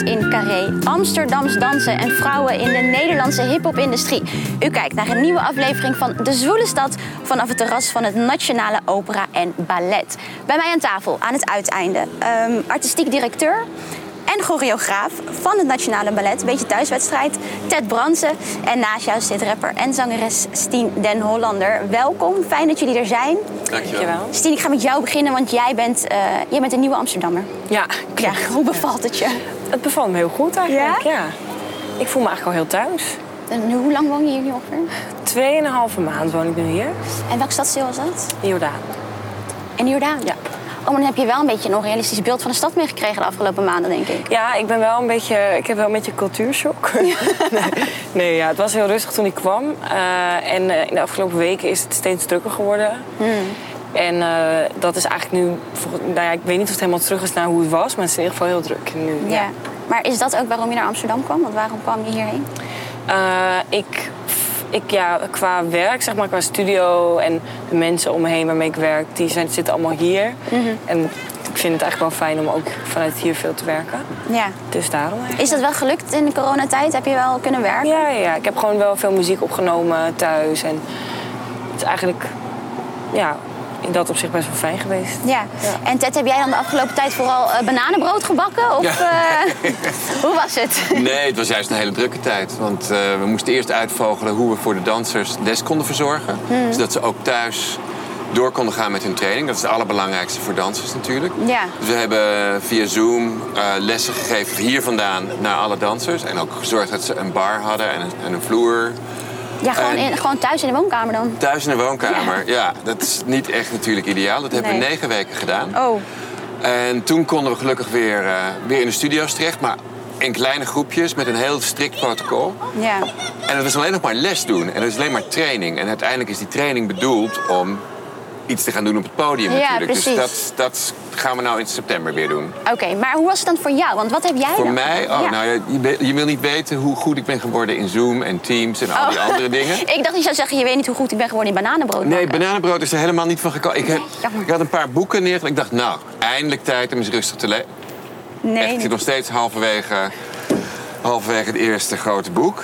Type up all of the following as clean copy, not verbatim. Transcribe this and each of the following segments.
in Carré. Amsterdams dansen en vrouwen in de Nederlandse hiphop-industrie. U kijkt naar een nieuwe aflevering van De Zwoele Stad vanaf het terras van het Nationale Opera en Ballet. Bij mij aan tafel, aan het uiteinde, artistiek directeur en choreograaf van het Nationale Ballet, een beetje thuiswedstrijd, Ted Bransen. En naast jou zit rapper en zangeres Stien Den Hollander. Welkom, fijn dat jullie er zijn. Dankjewel. Stien, ik ga met jou beginnen, want jij bent een nieuwe Amsterdammer. Ja, ja, hoe bevalt het je? Het bevalt me heel goed eigenlijk, ja. Ik voel me eigenlijk al heel thuis. En hoe lang woon je hier nu ongeveer? 2,5 maand woon ik nu hier. En welk stadsdeel was dat? In Jordaan. In Jordaan? Ja. Oh, maar dan heb je wel een beetje een onrealistisch beeld van de stad meegekregen de afgelopen maanden, denk ik. Ja, ik heb wel een beetje cultuurshock. Nee, ja, het was heel rustig toen ik kwam. En in de afgelopen weken is het steeds drukker geworden. En dat is eigenlijk nu... ik weet niet of het helemaal terug is naar hoe het was, maar het is in ieder geval heel druk nu. Ja. Maar is dat ook waarom je naar Amsterdam kwam? Want waarom kwam je hierheen? Qua werk, zeg maar, qua studio en de mensen om me heen waarmee ik werk, zitten allemaal hier. En ik vind het eigenlijk wel fijn om ook vanuit hier veel te werken. Ja. Dus daarom eigenlijk. Is dat wel gelukt in de coronatijd? Heb je wel kunnen werken? Ja. Ik heb gewoon wel veel muziek opgenomen thuis. En het is eigenlijk, in dat opzicht best wel fijn geweest. Ja. En Ted, heb jij dan de afgelopen tijd vooral bananenbrood gebakken? Of hoe was het? Nee, het was juist een hele drukke tijd. Want we moesten eerst uitvogelen hoe we voor de dansers les konden verzorgen. Zodat ze ook thuis door konden gaan met hun training. Dat is het allerbelangrijkste voor dansers natuurlijk. Ja. Dus we hebben via Zoom lessen gegeven hier vandaan naar alle dansers. En ook gezorgd dat ze een bar hadden en een vloer. Ja, gewoon thuis in de woonkamer dan? Thuis in de woonkamer, ja. Dat is niet echt natuurlijk ideaal. Dat hebben we 9 weken gedaan. Oh. En toen konden we gelukkig weer in de studio's terecht. Maar in kleine groepjes met een heel strikt protocol. Ja. En dat was alleen nog maar les doen. En dat is alleen maar training. En uiteindelijk is die training bedoeld om iets te gaan doen op het podium natuurlijk. Precies. Dus dat gaan we nou in september weer doen. Oké, maar hoe was het dan voor jou? Want wat heb jij voor dan? Mij? Je wil niet weten hoe goed ik ben geworden in Zoom en Teams en al die andere dingen. Ik dacht, je zou zeggen, je weet niet hoe goed ik ben geworden in bananenbrood bakken. Nee, bananenbrood is er helemaal niet van gekomen. Ik had een paar boeken neergelegd. Ik dacht, eindelijk tijd om eens rustig te lezen. Ik zit nog steeds halverwege het eerste grote boek.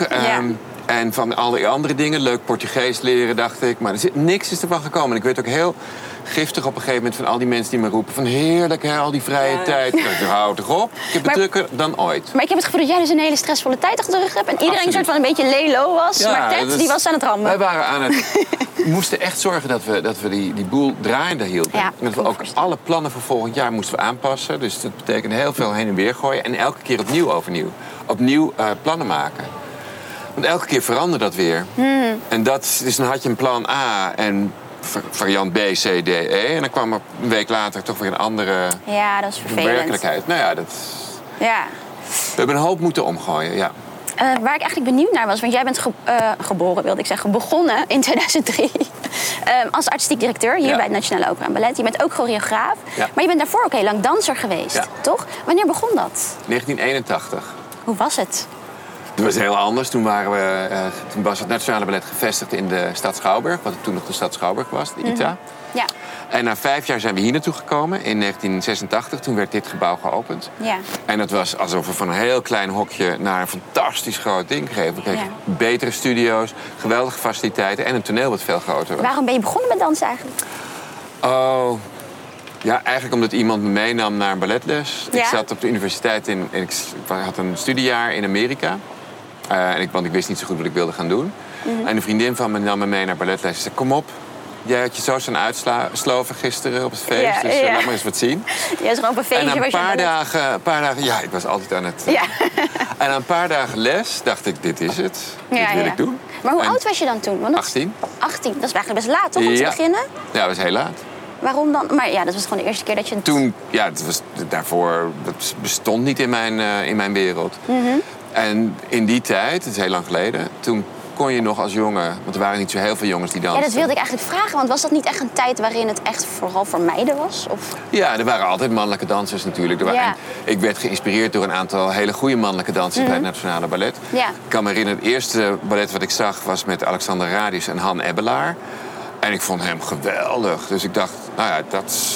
En van al die andere dingen, leuk Portugees leren, dacht ik. Maar niks is ervan gekomen. En ik werd ook heel giftig op een gegeven moment van al die mensen die me roepen van heerlijk, hè, al die vrije tijd. Ik hou toch op. Ik heb het drukker dan ooit. Maar ik heb het gevoel dat jij dus een hele stressvolle tijd achter de rug hebt. En iedereen een soort van een beetje lay-low was. Ja, maar Ted, die was aan het rammen. Wij waren aan het... We moesten echt zorgen dat we die boel draaiende hielden. Ja, en dat we ook alle plannen voor volgend jaar moesten we aanpassen. Dus dat betekent heel veel heen en weer gooien. En elke keer opnieuw plannen maken. Want elke keer veranderde dat weer. En dus dan had je een plan A en variant B, C, D, E. En dan kwam er een week later toch weer een andere dat is vervelend. Werkelijkheid. Nou ja, we hebben een hoop moeten omgooien, ja. Waar ik eigenlijk benieuwd naar was, want jij bent begonnen in 2003 als artistiek directeur hier bij het Nationale Opera en Ballet. Je bent ook choreograaf, maar je bent daarvoor ook heel lang danser geweest, toch? Wanneer begon dat? 1981. Hoe was het? Het was heel anders. Toen was het Nationale Ballet gevestigd in de stad Schouwburg, wat toen nog de stad Schouwburg was, de ITA. Ja. En na 5 jaar zijn we hier naartoe gekomen, in 1986. Toen werd dit gebouw geopend. Ja. En het was alsof we van een heel klein hokje naar een fantastisch groot ding kregen. We kregen betere studio's, geweldige faciliteiten en een toneel wat veel groter was. Waarom ben je begonnen met dansen eigenlijk? Oh, ja, eigenlijk omdat iemand me meenam naar een balletles. Ja. Ik zat op de universiteit en ik had een studiejaar in Amerika. Want ik wist niet zo goed wat ik wilde gaan doen. En een vriendin van me nam me mee naar balletles. Ze zei, kom op. Jij had je zo zo'n uitsloven gisteren op het feest. Dus laat maar eens wat zien. Ja, is op een feestje. En na een paar dagen... Ja, ik was altijd aan het... En na een paar dagen les dacht ik, dit is het. Dit wil ik doen. Maar hoe oud was je dan toen? Want 18. 18, dat is eigenlijk best laat, toch, om te beginnen? Ja, dat was heel laat. Waarom dan? Maar dat was gewoon de eerste keer dat je... Toen, dat bestond niet in mijn wereld. En in die tijd, het is heel lang geleden, toen kon je nog als jongen... Want er waren niet zo heel veel jongens die dansten. Ja, dat wilde ik eigenlijk vragen. Want was dat niet echt een tijd waarin het echt vooral voor meiden was? Of? Ja, er waren altijd mannelijke dansers natuurlijk. En ik werd geïnspireerd door een aantal hele goede mannelijke dansers bij het Nationale Ballet. Ja. Ik kan me herinneren, het eerste ballet wat ik zag was met Alexander Radius en Han Ebbelaar. En ik vond hem geweldig. Dus ik dacht, dat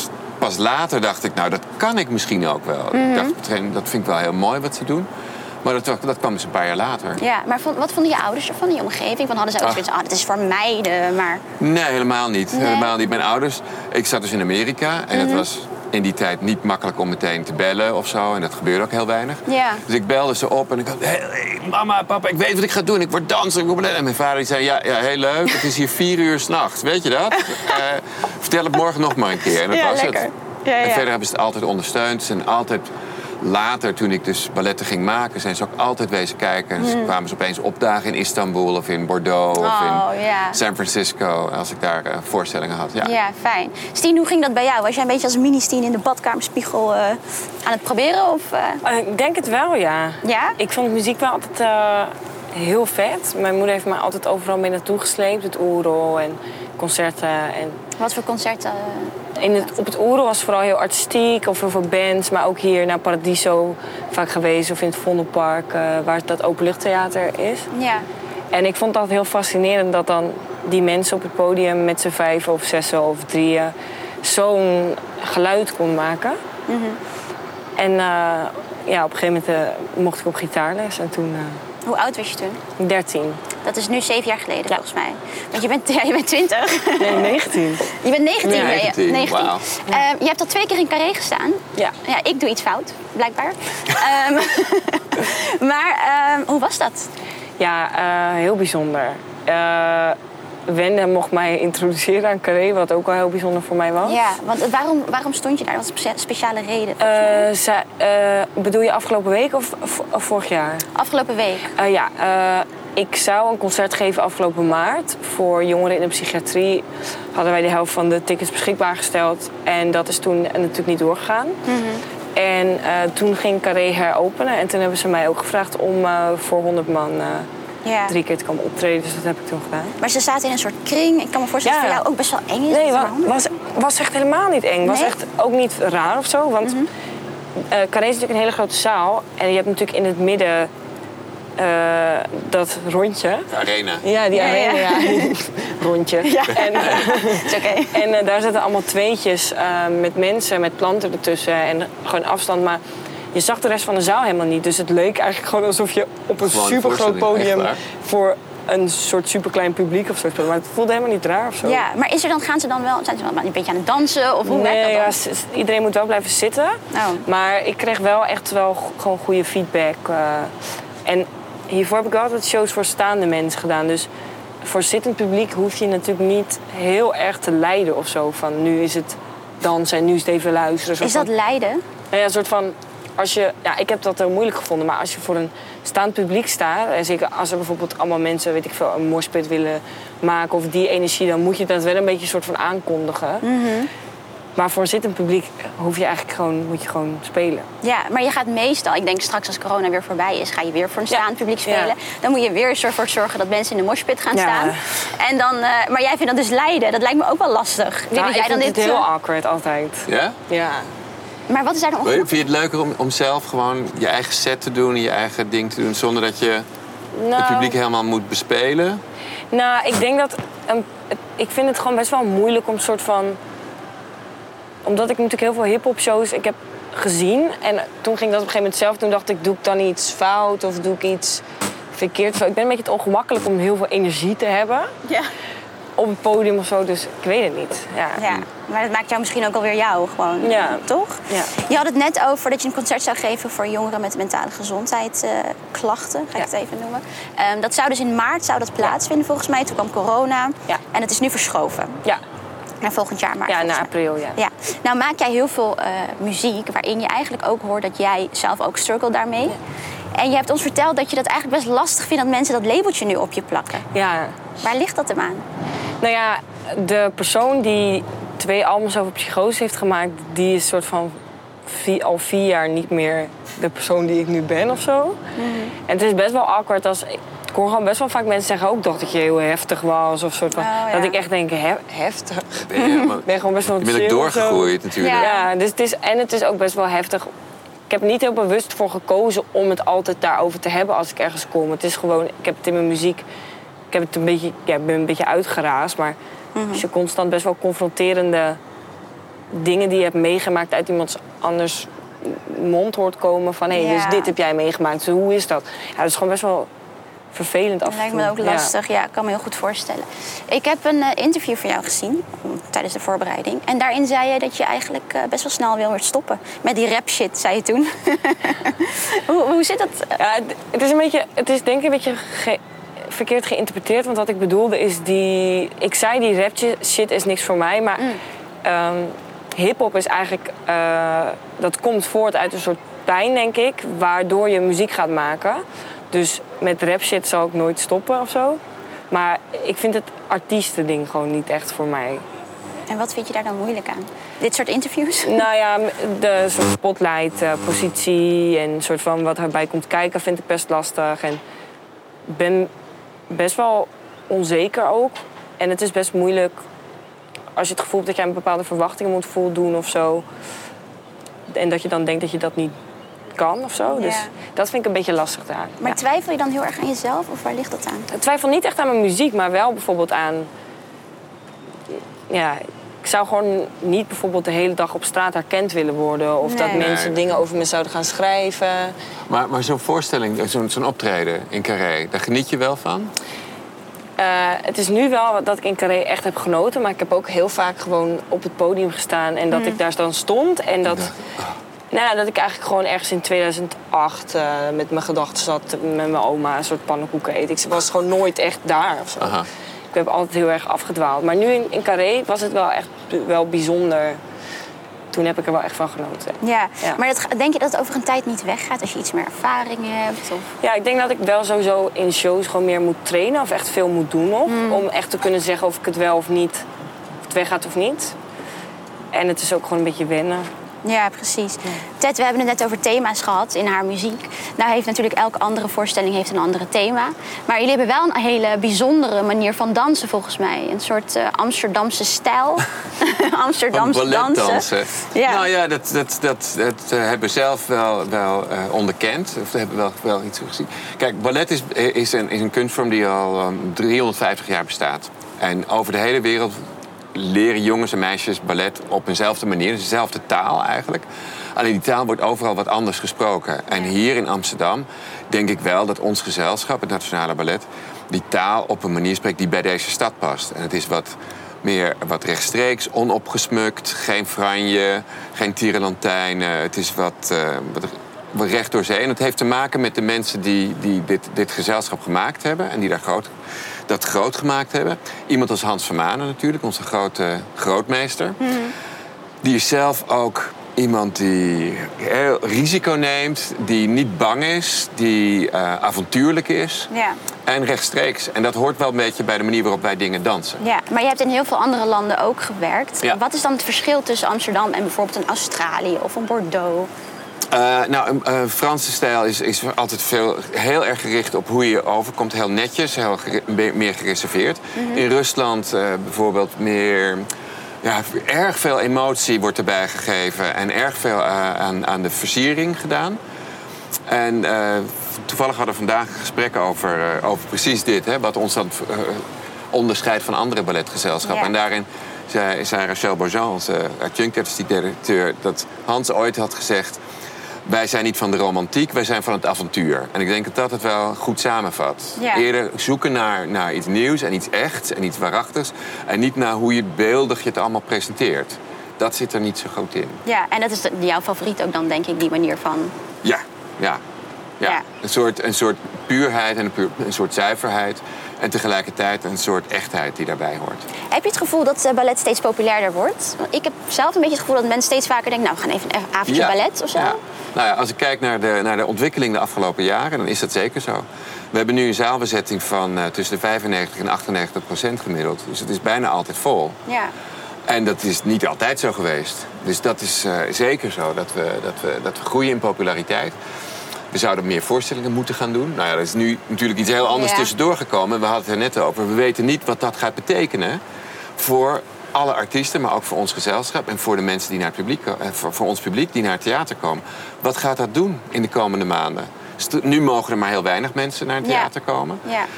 pas later dacht ik, nou, dat kan ik misschien ook wel. Ik dacht, dat vind ik wel heel mooi wat ze doen. Maar dat kwam dus een paar jaar later. Ja, maar wat vonden je ouders van die omgeving? Hadden ze ook zoiets dit is voor meiden, maar... Nee, helemaal niet. Nee. Helemaal niet. Mijn ouders... Ik zat dus in Amerika en het was in die tijd niet makkelijk om meteen te bellen of zo. En dat gebeurde ook heel weinig. Ja. Dus ik belde ze op en ik dacht... Hey, mama, papa, ik weet wat ik ga doen. Ik word danser. En mijn vader die zei, ja, heel leuk. Het is hier 4 uur 's nachts. Weet je dat? Vertel het morgen nog maar een keer. En dat was lekker. het. Ja. En verder hebben ze het altijd ondersteund. Ze zijn altijd... Later, toen ik dus balletten ging maken, zijn ze ook altijd wezen kijken. Dus kwamen ze opeens opdagen in Istanbul of in Bordeaux of in San Francisco. Als ik daar voorstellingen had. Ja, fijn. Stien, hoe ging dat bij jou? Was jij een beetje als mini-Stien in de badkamerspiegel aan het proberen? Of, Ik denk het wel, ja. Ja? Ik vond muziek wel altijd heel vet. Mijn moeder heeft mij altijd overal mee naartoe gesleept. Het Oerol en concerten. En... Wat voor concerten? Op het Oerol was het vooral heel artistiek, of heel veel bands. Maar ook hier naar Paradiso vaak geweest. Of in het Vondelpark, waar dat openluchttheater is. Ja. En ik vond dat heel fascinerend dat dan die mensen op het podium met z'n 5 of 6 of 3 zo'n geluid kon maken. En op een gegeven moment mocht ik op gitaarles. En toen... Hoe oud was je toen? 13. Dat is nu 7 jaar geleden, volgens mij. Want je bent 20. Nee, 19. Je bent 19? Ja, 19. Wauw. Je hebt al 2 keer in Carré gestaan. Ja. Ja, ik doe iets fout, blijkbaar. Maar hoe was dat? Ja, heel bijzonder. Wende mocht mij introduceren aan Carré, wat ook wel heel bijzonder voor mij was. Ja, want waarom stond je daar? Wat was een speciale reden? Bedoel je afgelopen week of vorig jaar? Afgelopen week. Ik zou een concert geven afgelopen maart. Voor jongeren in de psychiatrie hadden wij de helft van de tickets beschikbaar gesteld. En dat is toen natuurlijk niet doorgegaan. En toen ging Carré heropenen. En toen hebben ze mij ook gevraagd om voor 100 man 3 keer te komen optreden. Dus dat heb ik toen gedaan. Maar ze zaten in een soort kring. Ik kan me voorstellen dat het voor jou ook best wel eng is. Nee, was echt helemaal niet eng. Was echt ook niet raar of zo. Want Carré is natuurlijk een hele grote zaal. En je hebt natuurlijk in het midden... dat rondje. De arena. Ja, die arena. Ja. Rondje. Ja. Is oké. En daar zaten allemaal tweetjes met mensen, met planten ertussen. En gewoon afstand. Maar je zag de rest van de zaal helemaal niet. Dus het leek eigenlijk gewoon alsof je op een supergroot podium... voor een soort superklein publiek of zo. Maar het voelde helemaal niet raar of zo. Ja, maar zijn ze dan wel een beetje aan het dansen? Of hoe werkt dat dan? Iedereen moet wel blijven zitten. Oh. Maar ik kreeg wel echt gewoon goede feedback. En hiervoor heb ik altijd shows voor staande mensen gedaan. Dus voor zittend publiek hoef je natuurlijk niet heel erg te lijden of zo. Van nu is het dansen en nu is het even luisteren. Is dat lijden? Nou ja, een soort van... ik heb dat heel moeilijk gevonden. Maar als je voor een staand publiek staat... en zeker als er bijvoorbeeld allemaal mensen... weet ik veel, een moshpit willen maken of die energie... dan moet je dat wel een beetje soort van aankondigen. Maar voor een zittend publiek moet je gewoon spelen. Ja, maar je gaat meestal... Ik denk straks als corona weer voorbij is... ga je weer voor een staand publiek spelen. Ja. Dan moet je weer ervoor zorgen dat mensen in de moshpit gaan staan. En dan, maar jij vindt dat dus lijden. Dat lijkt me ook wel lastig. Ik vind het heel awkward altijd. Ja? Ja. Maar wat is daar dan Vind je het leuker om zelf gewoon je eigen set te doen... je eigen ding te doen... zonder dat je het publiek helemaal moet bespelen? Nou, ik denk dat... ik vind het gewoon best wel moeilijk om soort van... Omdat ik natuurlijk heel veel hip-hop shows heb gezien. En toen ging ik dat op een gegeven moment zelf. Toen dacht ik, doe ik dan iets fout of doe ik iets verkeerd? Ik ben een beetje te ongemakkelijk om heel veel energie te hebben. Ja. Op het podium of zo, dus ik weet het niet. Ja, maar dat maakt jou misschien ook alweer jou gewoon, toch? Ja. Je had het net over dat je een concert zou geven voor jongeren met mentale gezondheidsklachten, ga ik het even noemen. Dat zou dus in maart plaatsvinden volgens mij. Toen kwam corona en het is nu verschoven. Ja. Naar volgend jaar maar. Ja, naar april, ja. Nou maak jij heel veel muziek waarin je eigenlijk ook hoort dat jij zelf ook struggelt daarmee. Ja. En je hebt ons verteld dat je dat eigenlijk best lastig vindt dat mensen dat labeltje nu op je plakken. Ja. Waar ligt dat hem aan? Nou ja, de persoon die 2 albums over psychose heeft gemaakt... die is soort van al 4 jaar niet meer de persoon die ik nu ben of zo. En het is best wel awkward als... Ik hoor gewoon best wel vaak mensen zeggen ook dat je heel heftig was. Of soort van, dat ik echt denk, heftig? Ik ben gewoon best wel... Je bent ook doorgegroeid natuurlijk. Ja, dus het is ook best wel heftig. Ik heb er niet heel bewust voor gekozen om het altijd daarover te hebben als ik ergens kom. Het is gewoon, ik heb het in mijn muziek... Ik heb het ben een beetje uitgeraasd, maar als je constant best wel confronterende dingen die je hebt meegemaakt uit iemands anders mond hoort komen. Van dus dit heb jij meegemaakt, dus hoe is dat? Ja, dat is gewoon best wel vervelend af en toe. Dat lijkt me ook lastig, ja, ik kan me heel goed voorstellen. Ik heb een interview van jou gezien tijdens de voorbereiding. En daarin zei je dat je eigenlijk best wel snel wil stoppen. Met die rap shit, zei je toen. hoe zit dat? Ja, het is denk ik een beetje verkeerd geïnterpreteerd. Want wat ik bedoelde is ik zei die rap shit is niks voor mij. Maar hiphop is eigenlijk... dat komt voort uit een soort pijn, denk ik. Waardoor je muziek gaat maken. Dus met rap shit zal ik nooit stoppen of zo. Maar ik vind het artiestending gewoon niet echt voor mij. En wat vind je daar dan moeilijk aan? Dit soort interviews? Nou ja, de soort spotlight-positie en soort van wat erbij komt kijken vind ik best lastig. En ik ben best wel onzeker ook. En het is best moeilijk als je het gevoel hebt dat jij een bepaalde verwachtingen moet voldoen of zo. En dat je dan denkt dat je dat niet kan of zo. Ja. Dus dat vind ik een beetje lastig daar. Maar twijfel je dan heel erg aan jezelf of waar ligt dat aan? Ik twijfel niet echt aan mijn muziek, maar wel bijvoorbeeld aan... Ja, ik zou gewoon niet bijvoorbeeld de hele dag op straat herkend willen worden. Of dat mensen dingen over me zouden gaan schrijven. Maar zo'n voorstelling, zo'n optreden in Carré, daar geniet je wel van? Het is nu wel dat ik in Carré echt heb genoten. Maar ik heb ook heel vaak gewoon op het podium gestaan. En dat ik daar dan stond. En dat... Nou, dat ik eigenlijk gewoon ergens in 2008 met mijn gedachten zat met mijn oma een soort pannenkoeken eten. Ik was gewoon nooit echt daar of zo. Aha. Ik heb altijd heel erg afgedwaald. Maar nu in Carré was het wel echt wel bijzonder. Toen heb ik er wel echt van genoten. Ja. Maar denk je dat het over een tijd niet weggaat als je iets meer ervaring hebt? Of? Ja, ik denk dat ik wel sowieso in shows gewoon meer moet trainen of echt veel moet doen nog. Om echt te kunnen zeggen of ik het wel of niet, of het weggaat of niet. En het is ook gewoon een beetje wennen. Ja, precies. Ja. Ted, we hebben het net over thema's gehad in haar muziek. Nou heeft natuurlijk elke andere voorstelling heeft een andere thema. Maar jullie hebben wel een hele bijzondere manier van dansen volgens mij. Een soort Amsterdamse stijl. Amsterdamse dansen. Ja. Nou ja, dat hebben we zelf wel onderkend. Of hebben we wel iets gezien. Kijk, ballet is een kunstvorm die al 350 jaar bestaat. En over de hele wereld leren jongens en meisjes ballet op eenzelfde manier. Dus dezelfde taal eigenlijk. Alleen die taal wordt overal wat anders gesproken. En hier in Amsterdam denk ik wel dat ons gezelschap, het Nationale Ballet, die taal op een manier spreekt die bij deze stad past. En het is wat rechtstreeks, onopgesmukt, geen franje, geen tierenlantijnen. Het is wat recht door zee. En het heeft te maken met de mensen die dit gezelschap gemaakt hebben en die dat groot gemaakt hebben. Iemand als Hans van Manen natuurlijk, onze grote grootmeester. Mm-hmm. Die is zelf ook iemand die heel risico neemt, die niet bang is, die avontuurlijk is. Ja. En rechtstreeks. En dat hoort wel een beetje bij de manier waarop wij dingen dansen. Ja, maar je hebt in heel veel andere landen ook gewerkt. Ja. Wat is dan het verschil tussen Amsterdam en bijvoorbeeld een Australië of een Bordeaux? Franse stijl is altijd heel erg gericht op hoe je overkomt. Heel netjes, meer gereserveerd. Mm-hmm. In Rusland bijvoorbeeld meer... Ja, erg veel emotie wordt erbij gegeven. En erg veel aan de versiering gedaan. En toevallig hadden we vandaag een gesprek over precies dit. Hè, wat ons dan onderscheidt van andere balletgezelschappen. Ja. En daarin zei Rachel Bourgeon, onze adjunct-artistiek directeur, dat Hans ooit had gezegd: wij zijn niet van de romantiek, wij zijn van het avontuur. En ik denk dat het wel goed samenvat. Ja. Eerder zoeken naar iets nieuws en iets echts en iets waarachtigs. En niet naar hoe je beeldig je het allemaal presenteert. Dat zit er niet zo goed in. Ja, en dat is jouw favoriet ook dan, denk ik, die manier van... Ja. Een soort puurheid en een soort zuiverheid. En tegelijkertijd een soort echtheid die daarbij hoort. Heb je het gevoel dat ballet steeds populairder wordt? Want ik heb zelf een beetje het gevoel dat mensen steeds vaker denken... nou, we gaan even een avondje ballet of zo. Ja. Nou ja, als ik kijk naar de ontwikkeling de afgelopen jaren, dan is dat zeker zo. We hebben nu een zaalbezetting van tussen de 95% en 98% gemiddeld. Dus het is bijna altijd vol. Ja. En dat is niet altijd zo geweest. Dus dat is zeker zo, dat we groeien in populariteit. We zouden meer voorstellingen moeten gaan doen. Nou ja, er is nu natuurlijk iets heel anders tussendoor gekomen. We hadden het er net over. We weten niet wat dat gaat betekenen voor alle artiesten, maar ook voor ons gezelschap en voor de mensen die naar het publiek, voor ons publiek die naar het theater komen. Wat gaat dat doen in de komende maanden? Nu mogen er maar heel weinig mensen naar het theater komen. Ja.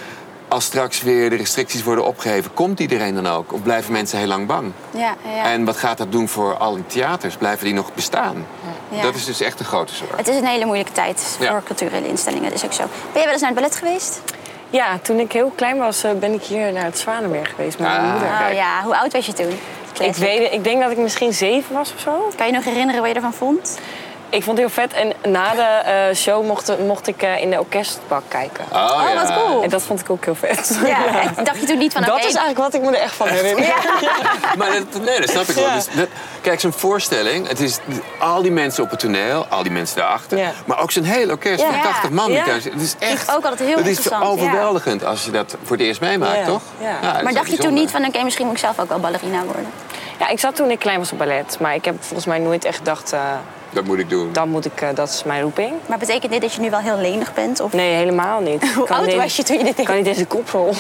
als straks weer de restricties worden opgeheven, komt iedereen dan ook? Of blijven mensen heel lang bang? Ja. En wat gaat dat doen voor al die theaters? Blijven die nog bestaan? Ja. Dat is dus echt een grote zorg. Het is een hele moeilijke tijd voor culturele instellingen, dat is ook zo. Ben jij wel eens naar het ballet geweest? Ja, toen ik heel klein was, ben ik hier naar het Zwanenberg geweest met mijn moeder. Oh ja, hoe oud was je toen? Ik denk dat ik misschien 7 was of zo. Kan je nog herinneren wat je ervan vond? Ik vond het heel vet. En na de show mocht ik in de orkestbak kijken. Oh, wat cool. En dat vond ik ook heel vet. Ja, en dacht je toen niet van dat is eigenlijk wat ik me er echt van herinner. Ja. Maar dat snap ik wel. Dus kijk, zo'n voorstelling, het is al die mensen op het toneel, al die mensen daarachter, maar ook zo'n heel orkest van 80 man. Ja. Het is echt, ook altijd heel interessant. Het is overweldigend als je dat voor het eerst meemaakt, toch? Ja. Maar dacht je toen niet van, oké, misschien moet ik zelf ook wel ballerina worden? Ja, ik zat toen ik klein was op ballet. Maar ik heb volgens mij nooit echt gedacht, dat moet ik doen. Dat is mijn roeping. Maar betekent dit dat je nu wel heel lenig bent? Of? Nee, helemaal niet. Hoe oud was je toen je dit deed? Ik kan niet eens de koprol.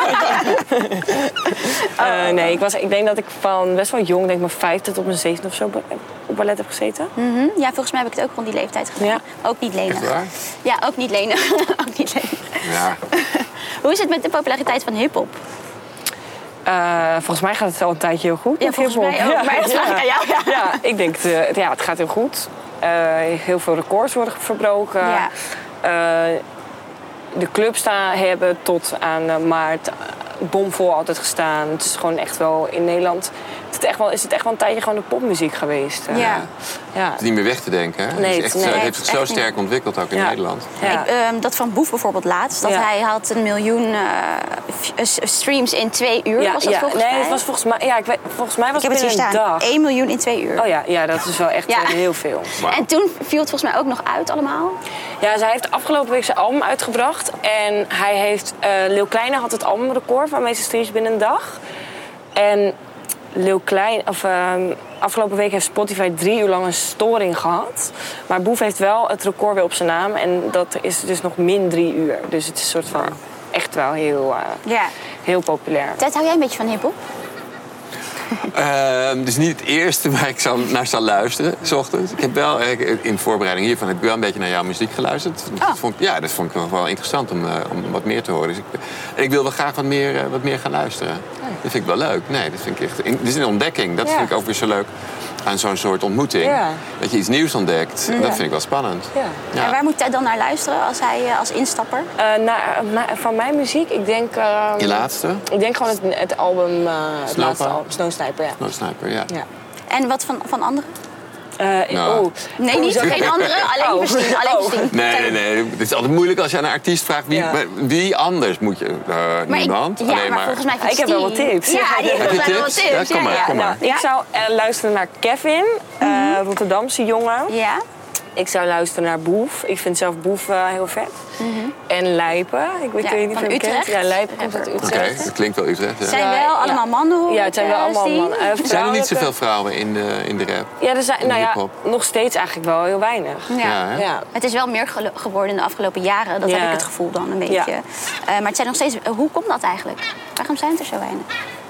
Nee, ik denk dat ik van best wel jong, denk mijn 5e tot mijn 7e of zo op ballet heb gezeten. Ja, volgens mij heb ik het ook rond die leeftijd gedaan. Ja. Ook niet lenig. Echt waar? Ja, ook niet lenig. Ook niet lenig. Ja. Hoe is het met de populariteit van hiphop? Volgens mij gaat het al een tijdje heel goed. Ja, volgens mij ook. Maar dat vraag ik aan jou. Ja, ik denk, het gaat heel goed. Heel veel records worden verbroken. Ja. De clubs hebben tot aan maart bomvol altijd gestaan. Het is gewoon echt wel in Nederland. Is het echt wel een tijdje gewoon de popmuziek geweest. Ja. Het is niet meer weg te denken. Hè? Nee, het heeft zich zo sterk ontwikkeld ook in Nederland. Ja. Dat van Boef bijvoorbeeld laatst. Dat hij had 1 miljoen streams in 2 uur. Was dat volgens mij? Nee, het was volgens mij... Ja, volgens mij was ik heb het het hier binnen een staan. dag. 1 miljoen in 2 uur. Oh ja, dat is wel echt heel veel. Wow. En toen viel het volgens mij ook nog uit allemaal. Ja, zij heeft afgelopen week zijn album uitgebracht. En hij heeft... Lil Kleine had het albumrecord van meeste streams binnen een dag. En Lil Klein... afgelopen week heeft Spotify 3 uur lang een storing gehad. Maar Boef heeft wel het record weer op zijn naam. En dat is dus nog min 3 uur. Dus het is een soort van... Echt wel heel populair. Ted, hou jij een beetje van hiphop? Dus niet het eerste waar ik naar zal luisteren, 's ochtends. Ik heb wel, in voorbereiding hiervan, heb ik wel een beetje naar jouw muziek geluisterd. Dat vond ik nog wel interessant om wat meer te horen. Dus ik wil wel graag wat meer gaan luisteren. Dat vind ik wel leuk. Nee, dat vind ik echt... Dit is een ontdekking. Dat vind ik ook weer zo leuk aan zo'n soort ontmoeting. Ja. Dat je iets nieuws ontdekt. Dat vind ik wel spannend. Ja. En waar moet Ted dan naar luisteren als instapper? Van mijn muziek, ik denk... Je laatste? Ik denk gewoon het album... het laatste album, Snow Sniper, ja. Snow Sniper, ja. En wat van anderen? Nou. Niet geen andere, alleen Christine. Nee. Het is altijd moeilijk als je aan een artiest vraagt wie anders moet je. Niemand. Maar volgens mij ik heb wel wat tips. Ja, die heeft volgens mij wel wat tips. Ja, kom maar. Ik zou luisteren naar Kevin, Rotterdamse jongen. Ja. Ik zou luisteren naar Boef. Ik vind zelf Boef heel vet. En Lijpen. Ik weet niet of je hem kent. Ja, Lijpen komt uit Utrecht. Oké, dat klinkt wel Utrecht. Het zijn wel allemaal mannen, hoor. Ja, het zijn wel allemaal mannen. Zijn er niet zoveel vrouwen in de rap? Ja, er zijn nog steeds eigenlijk wel heel weinig. Ja. Het is wel meer geworden in de afgelopen jaren. Dat heb ik het gevoel dan een beetje. Ja. Maar het zijn nog steeds... Hoe komt dat eigenlijk? Waarom zijn het er zo weinig?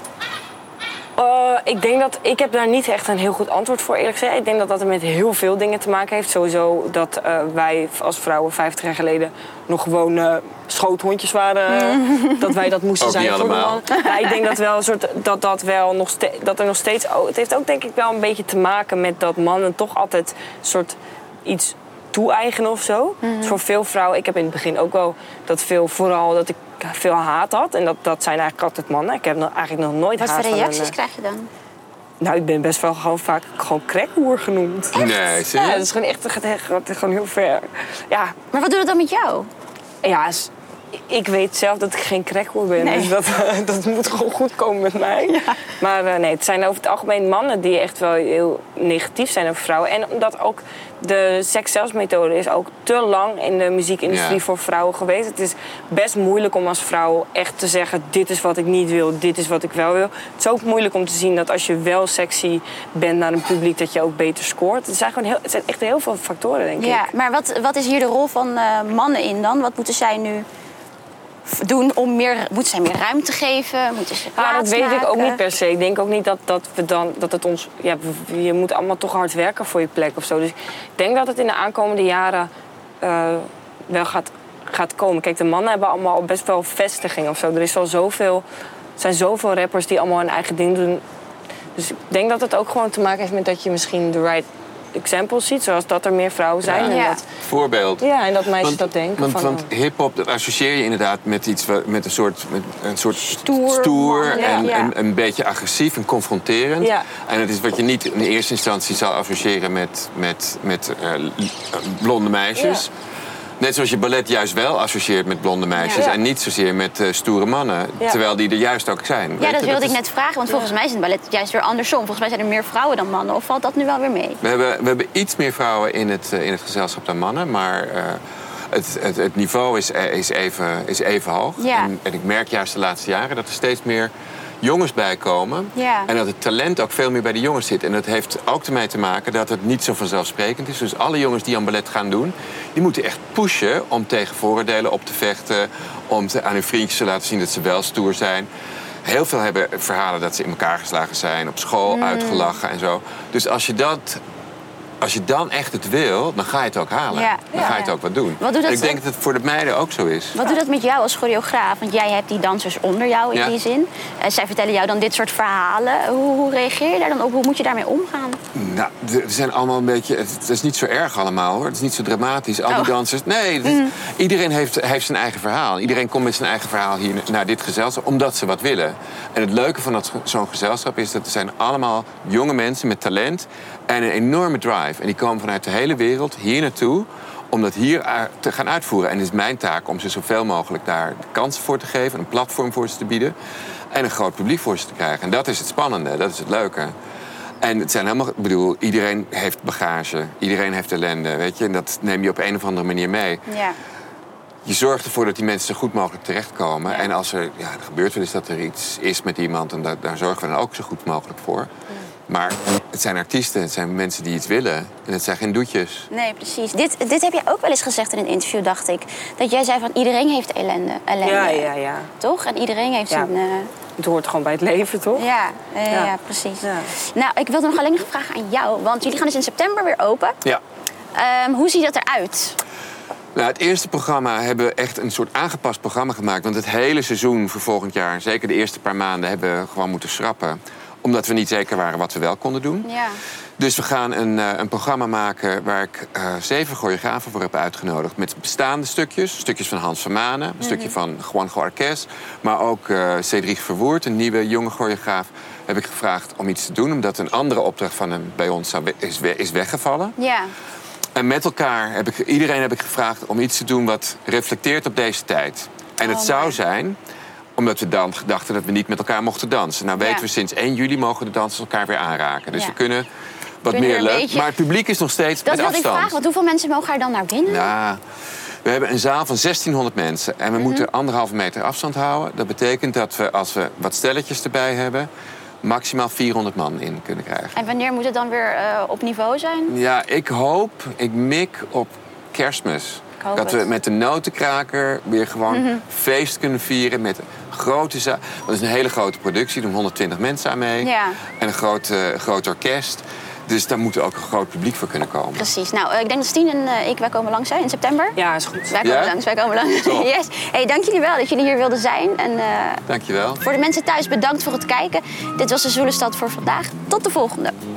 Ik denk dat... Ik heb daar niet echt een heel goed antwoord voor, eerlijk gezegd. Ik denk dat dat er met heel veel dingen te maken heeft. Sowieso dat wij als vrouwen 50 jaar geleden nog gewoon schoothondjes waren. Dat wij dat moesten ook zijn voor de man. Ja, ik denk dat wel een soort dat er nog steeds... Het heeft ook denk ik wel een beetje te maken met dat mannen toch altijd een soort iets toe-eigenen of zo. Dus voor veel vrouwen... Ik heb in het begin ook wel dat ik veel haat had. En dat zijn eigenlijk altijd mannen. Ik heb eigenlijk nog nooit haat van... Wat voor reacties krijg je dan? Nou, ik ben best wel vaak crackhoer genoemd. Nee, serieus? Ja, dat is gewoon echt gewoon heel ver. Ja. Maar wat doet het dan met jou? Ja, ik weet zelf dat ik geen crackhoer ben. Nee. Dus dat moet gewoon goed komen met mij. Ja. Maar nee, het zijn over het algemeen mannen die echt wel heel negatief zijn over vrouwen. En omdat ook de sex-zelfs-methode is ook te lang in de muziekindustrie voor vrouwen geweest. Het is best moeilijk om als vrouw echt te zeggen... dit is wat ik niet wil, dit is wat ik wel wil. Het is ook moeilijk om te zien dat als je wel sexy bent naar een publiek... dat je ook beter scoort. Het zijn echt heel veel factoren, denk ik. Ja, maar wat is hier de rol van mannen in dan? Wat moeten zij nu doen om moeten zij meer ruimte geven? Moeten ze dat weet ik ook niet per se. Ik denk ook niet dat het ons... Ja, je moet allemaal toch hard werken voor je plek of zo. Dus ik denk dat het in de aankomende jaren wel gaat komen. Kijk, de mannen hebben allemaal best wel vestiging of zo. Er zijn zoveel rappers die allemaal hun eigen ding doen. Dus ik denk dat het ook gewoon te maken heeft met dat je misschien de right examples ziet. Zoals dat er meer vrouwen zijn. Ja. En dat, Voorbeeld. ja, en dat meisjes dat denken. Want hip-hop, dat associeer je inderdaad met iets met een soort stoer en een beetje agressief en confronterend. Ja. En het is wat je niet in eerste instantie zou associëren met blonde meisjes. Ja. Net zoals je ballet juist wel associeert met blonde meisjes en niet zozeer met stoere mannen. Ja. Terwijl die er juist ook zijn. Ja, dat wilde ik net vragen, want volgens mij is het ballet juist weer andersom. Volgens mij zijn er meer vrouwen dan mannen. Of valt dat nu wel weer mee? We hebben iets meer vrouwen in het gezelschap dan mannen, maar het niveau is even hoog. Ja. En ik merk juist de laatste jaren dat er steeds meer jongens bijkomen. Ja. En dat het talent ook veel meer bij de jongens zit. En dat heeft ook ermee te maken dat het niet zo vanzelfsprekend is. Dus alle jongens die aan ballet gaan doen, die moeten echt pushen om tegen vooroordelen op te vechten. Om aan hun vriendjes te laten zien dat ze wel stoer zijn. Heel veel hebben verhalen dat ze in elkaar geslagen zijn, op school uitgelachen en zo. Dus als je dan echt het wil, dan ga je het ook halen. Ja. Dan ga je het ook wat doen. En ik denk dat het voor de meiden ook zo is. Wat doet dat met jou als choreograaf? Want jij hebt die dansers onder jou in die zin. Zij vertellen jou dan dit soort verhalen. Hoe reageer je daar dan op? Hoe moet je daarmee omgaan? Nou, er zijn allemaal een beetje... Het is niet zo erg allemaal, hoor. Het is niet zo dramatisch. Al die dansers... Nee, iedereen heeft zijn eigen verhaal. Iedereen komt met zijn eigen verhaal hier naar dit gezelschap, omdat ze wat willen. En het leuke van zo'n gezelschap is dat er zijn allemaal jonge mensen met talent en een enorme drive. En die komen vanuit de hele wereld hier naartoe om dat hier te gaan uitvoeren. En het is mijn taak om ze zoveel mogelijk daar de kansen voor te geven, een platform voor ze te bieden en een groot publiek voor ze te krijgen. En dat is het spannende, dat is het leuke. En het zijn helemaal, ik bedoel, iedereen heeft bagage, iedereen heeft ellende, weet je. En dat neem je op een of andere manier mee. Ja. Je zorgt ervoor dat die mensen zo goed mogelijk terechtkomen. Ja. En als er gebeurt wel eens dat er iets is met iemand, en daar zorgen we dan ook zo goed mogelijk voor. Ja. Maar het zijn artiesten, het zijn mensen die iets willen. En het zijn geen doetjes. Nee, precies. Dit heb je ook wel eens gezegd in een interview, dacht ik. Dat jij zei van iedereen heeft ellende. Ja. Toch? En iedereen heeft zijn... Het hoort gewoon bij het leven, toch? Ja, precies. Ja. Nou, ik wilde nog alleen nog vragen aan jou. Want jullie gaan dus in september weer open. Ja. Hoe ziet dat eruit? Nou, het eerste programma hebben we echt een soort aangepast programma gemaakt. Want het hele seizoen voor volgend jaar, zeker de eerste paar maanden, hebben we gewoon moeten schrappen. Omdat we niet zeker waren wat we wel konden doen. Ja. Dus we gaan een programma maken waar ik 7 choreografen voor heb uitgenodigd. Met bestaande stukjes. Stukjes van Hans van Manen. Een stukje van Juanjo Arquez. Maar ook Cedric Verwoerd, een nieuwe jonge choreograaf, heb ik gevraagd om iets te doen. Omdat een andere opdracht van hem bij ons is weggevallen. Ja. En met elkaar iedereen heb ik gevraagd om iets te doen wat reflecteert op deze tijd. En het zou zijn, omdat we dan dachten dat we niet met elkaar mochten dansen. Nou weten we sinds 1 juli mogen de dansers elkaar weer aanraken. Dus we kunnen wat meer leuk. Beetje... Maar het publiek is nog steeds met afstand. Dat wil ik vragen, want hoeveel mensen mogen er dan naar binnen? Nou, we hebben een zaal van 1600 mensen. En we moeten 1,5 meter afstand houden. Dat betekent dat we, als we wat stelletjes erbij hebben, maximaal 400 man in kunnen krijgen. En wanneer moet het dan weer op niveau zijn? Ja, ik mik op Kerstmis. Dat we met de notenkraker weer gewoon feest kunnen vieren met grote zaal. Dat is een hele grote productie, er doen 120 mensen aan mee. Ja. En een groot orkest. Dus daar moet ook een groot publiek voor kunnen komen. Precies. Nou, ik denk dat Stien en wij komen langs in september. Ja, is goed. Wij komen langs. Yes. Hey, dank jullie wel dat jullie hier wilden zijn. En, dank je wel. Voor de mensen thuis, bedankt voor het kijken. Dit was de Zwoele Stad voor vandaag. Tot de volgende.